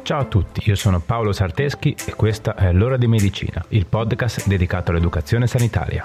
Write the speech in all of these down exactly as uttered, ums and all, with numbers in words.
Ciao a tutti, io sono Paolo Sarteschi e questa è L'Ora di Medicina, il podcast dedicato all'educazione sanitaria.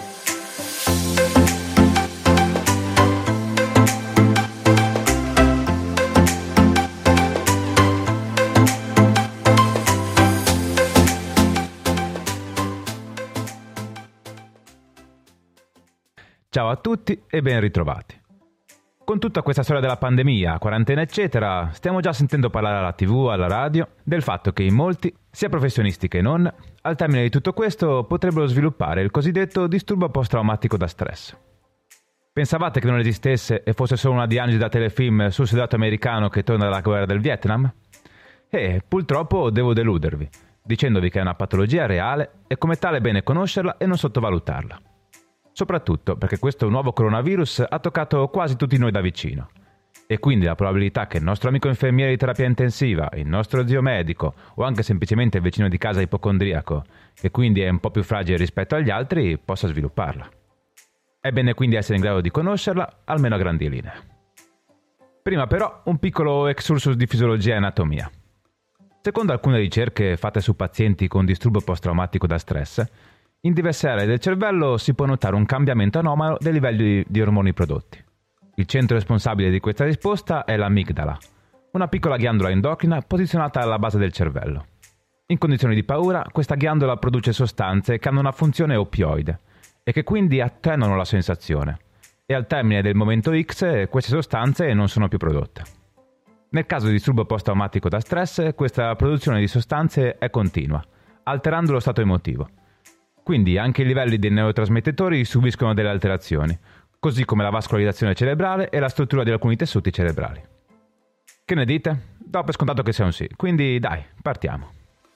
Ciao a tutti e ben ritrovati. Con tutta questa storia della pandemia, quarantena eccetera, stiamo già sentendo parlare alla tivù, alla radio, del fatto che in molti, sia professionisti che non, al termine di tutto questo potrebbero sviluppare il cosiddetto disturbo post-traumatico da stress. Pensavate che non esistesse e fosse solo una diagnosi da telefilm sul soldato americano che torna dalla guerra del Vietnam? E purtroppo devo deludervi, dicendovi che è una patologia reale e come tale è bene conoscerla e non sottovalutarla. Soprattutto perché questo nuovo coronavirus ha toccato quasi tutti noi da vicino. E quindi la probabilità che il nostro amico infermiere di terapia intensiva, il nostro zio medico o anche semplicemente il vicino di casa ipocondriaco, che quindi è un po' più fragile rispetto agli altri, possa svilupparla. È bene quindi essere in grado di conoscerla, almeno a grandi linee. Prima però un piccolo excursus di fisiologia e anatomia. Secondo alcune ricerche fatte su pazienti con disturbo post-traumatico da stress, in diverse aree del cervello si può notare un cambiamento anomalo dei livelli di ormoni prodotti. Il centro responsabile di questa risposta è l'amigdala, una piccola ghiandola endocrina posizionata alla base del cervello. In condizioni di paura, questa ghiandola produce sostanze che hanno una funzione oppioide e che quindi attenuano la sensazione, e al termine del momento X queste sostanze non sono più prodotte. Nel caso di disturbo post-traumatico da stress, questa produzione di sostanze è continua, alterando lo stato emotivo. Quindi anche i livelli dei neurotrasmettitori subiscono delle alterazioni, così come la vascolarizzazione cerebrale e la struttura di alcuni tessuti cerebrali. Che ne dite? Do per scontato che sia un sì, quindi dai, partiamo.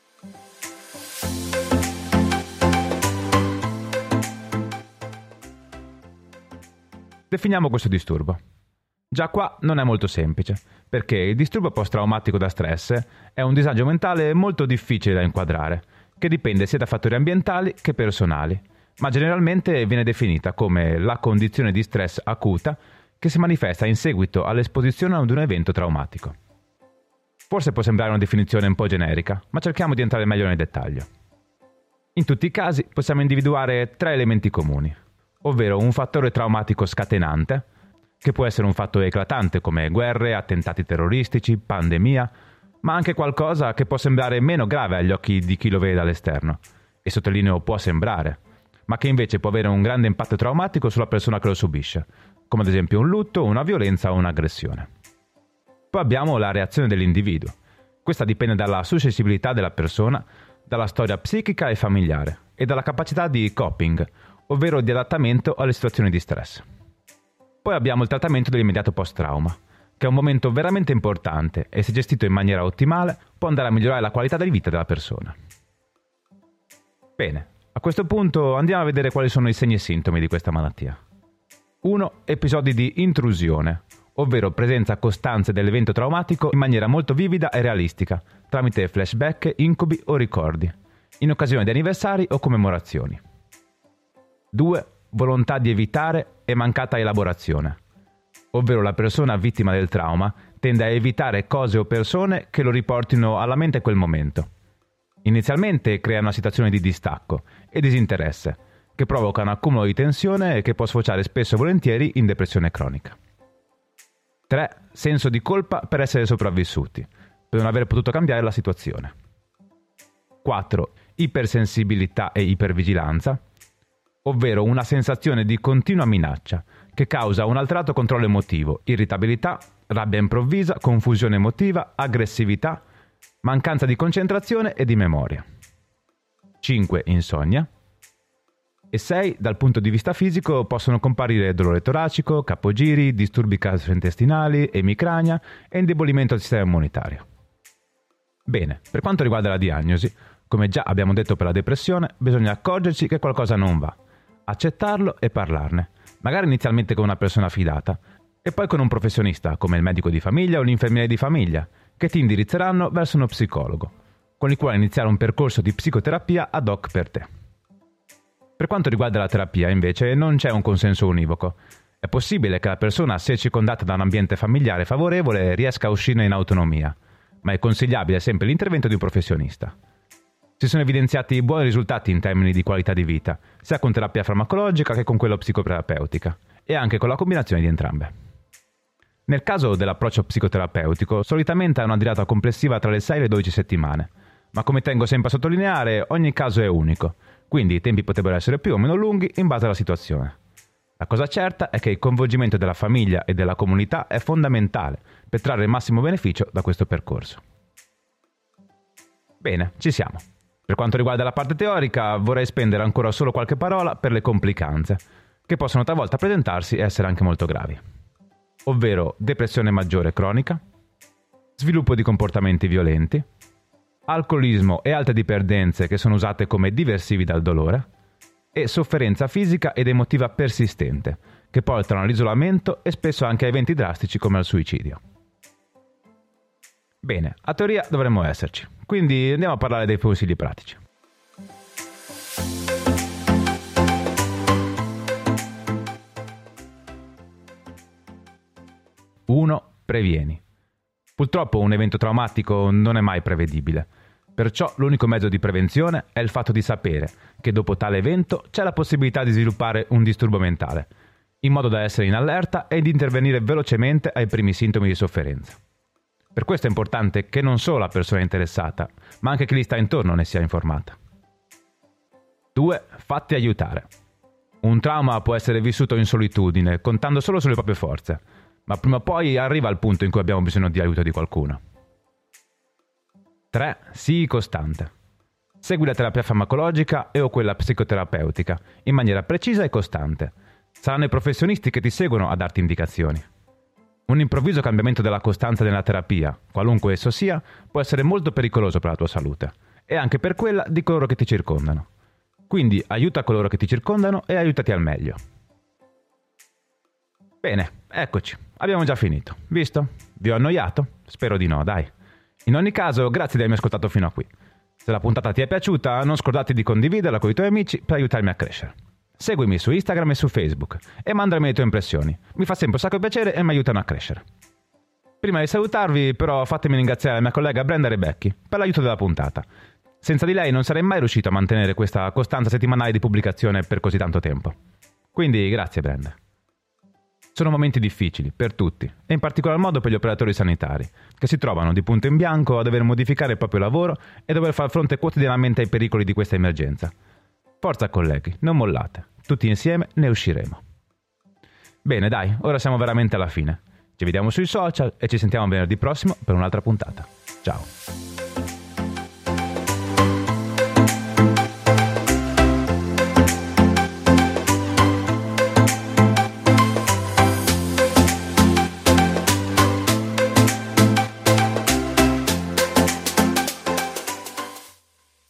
Definiamo questo disturbo. Già qua non è molto semplice, perché il disturbo post-traumatico da stress è un disagio mentale molto difficile da inquadrare, che dipende sia da fattori ambientali che personali, ma generalmente viene definita come la condizione di stress acuta che si manifesta in seguito all'esposizione ad un evento traumatico. Forse può sembrare una definizione un po' generica, ma cerchiamo di entrare meglio nel dettaglio. In tutti i casi possiamo individuare tre elementi comuni, ovvero un fattore traumatico scatenante, che può essere un fatto eclatante come guerre, attentati terroristici, pandemia, ma anche qualcosa che può sembrare meno grave agli occhi di chi lo vede dall'esterno, e sottolineo può sembrare, ma che invece può avere un grande impatto traumatico sulla persona che lo subisce, come ad esempio un lutto, una violenza o un'aggressione. Poi abbiamo la reazione dell'individuo. Questa dipende dalla suscettibilità della persona, dalla storia psichica e familiare, e dalla capacità di coping, ovvero di adattamento alle situazioni di stress. Poi abbiamo il trattamento dell'immediato post-trauma, che è un momento veramente importante e se gestito in maniera ottimale può andare a migliorare la qualità di vita della persona. Bene, a questo punto andiamo a vedere quali sono i segni e sintomi di questa malattia. uno. Episodi di intrusione, ovvero presenza costante dell'evento traumatico in maniera molto vivida e realistica, tramite flashback, incubi o ricordi, in occasione di anniversari o commemorazioni. due. Volontà di evitare e mancata elaborazione, ovvero la persona vittima del trauma tende a evitare cose o persone che lo riportino alla mente quel momento. Inizialmente crea una situazione di distacco e disinteresse, che provoca un accumulo di tensione e che può sfociare spesso e volentieri in depressione cronica. tre. Senso di colpa per essere sopravvissuti, per non aver potuto cambiare la situazione. quattro. Ipersensibilità e ipervigilanza, ovvero una sensazione di continua minaccia, che causa un alterato controllo emotivo, irritabilità, rabbia improvvisa, confusione emotiva, aggressività, mancanza di concentrazione e di memoria. cinque. Insonnia. E sei. Dal punto di vista fisico possono comparire dolore toracico, capogiri, disturbi gastrointestinali, emicrania e indebolimento del sistema immunitario. Bene, per quanto riguarda la diagnosi, come già abbiamo detto per la depressione, bisogna accorgerci che qualcosa non va, accettarlo e parlarne, magari inizialmente con una persona fidata, e poi con un professionista come il medico di famiglia o l'infermiere di famiglia, che ti indirizzeranno verso uno psicologo, con il quale iniziare un percorso di psicoterapia ad hoc per te. Per quanto riguarda la terapia, invece, non c'è un consenso univoco. È possibile che la persona, se circondata da un ambiente familiare favorevole, riesca a uscirne in autonomia, ma è consigliabile sempre l'intervento di un professionista. Si sono evidenziati buoni risultati in termini di qualità di vita, sia con terapia farmacologica che con quella psicoterapeutica, e anche con la combinazione di entrambe. Nel caso dell'approccio psicoterapeutico, solitamente ha una durata complessiva tra le sei e le dodici settimane, ma come tengo sempre a sottolineare, ogni caso è unico, quindi i tempi potrebbero essere più o meno lunghi in base alla situazione. La cosa certa è che il coinvolgimento della famiglia e della comunità è fondamentale per trarre il massimo beneficio da questo percorso. Bene, ci siamo. Per quanto riguarda la parte teorica, vorrei spendere ancora solo qualche parola per le complicanze, che possono talvolta presentarsi e essere anche molto gravi. Ovvero depressione maggiore cronica, sviluppo di comportamenti violenti, alcolismo e altre dipendenze che sono usate come diversivi dal dolore, e sofferenza fisica ed emotiva persistente, che portano all'isolamento e spesso anche a eventi drastici come al suicidio. Bene, a teoria dovremmo esserci, quindi andiamo a parlare dei consigli pratici. uno. Previeni. Purtroppo un evento traumatico non è mai prevedibile, perciò l'unico mezzo di prevenzione è il fatto di sapere che dopo tale evento c'è la possibilità di sviluppare un disturbo mentale, in modo da essere in allerta e di intervenire velocemente ai primi sintomi di sofferenza. Per questo è importante che non solo la persona interessata, ma anche chi gli sta intorno ne sia informata. due. Fatti aiutare. Un trauma può essere vissuto in solitudine, contando solo sulle proprie forze, ma prima o poi arriva al punto in cui abbiamo bisogno di aiuto di qualcuno. tre. Sii costante. Segui la terapia farmacologica e o quella psicoterapeutica in maniera precisa e costante. Saranno i professionisti che ti seguono a darti indicazioni. Un improvviso cambiamento della costanza nella terapia, qualunque esso sia, può essere molto pericoloso per la tua salute e anche per quella di coloro che ti circondano. Quindi aiuta coloro che ti circondano e aiutati al meglio. Bene, eccoci, abbiamo già finito. Visto? Vi ho annoiato? Spero di no, dai. In ogni caso, grazie di avermi ascoltato fino a qui. Se la puntata ti è piaciuta, non scordarti di condividerla con i tuoi amici per aiutarmi a crescere. Seguimi su Instagram e su Facebook e mandami le tue impressioni. Mi fa sempre un sacco piacere e mi aiutano a crescere. Prima di salutarvi, però, fatemi ringraziare la mia collega Brenda Rebecchi per l'aiuto della puntata. Senza di lei non sarei mai riuscito a mantenere questa costanza settimanale di pubblicazione per così tanto tempo. Quindi grazie Brenda. Sono momenti difficili per tutti e in particolar modo per gli operatori sanitari, che si trovano di punto in bianco a dover modificare il proprio lavoro e dover far fronte quotidianamente ai pericoli di questa emergenza. Forza colleghi, non mollate, tutti insieme ne usciremo. Bene dai, ora siamo veramente alla fine. Ci vediamo sui social e ci sentiamo venerdì prossimo per un'altra puntata. Ciao!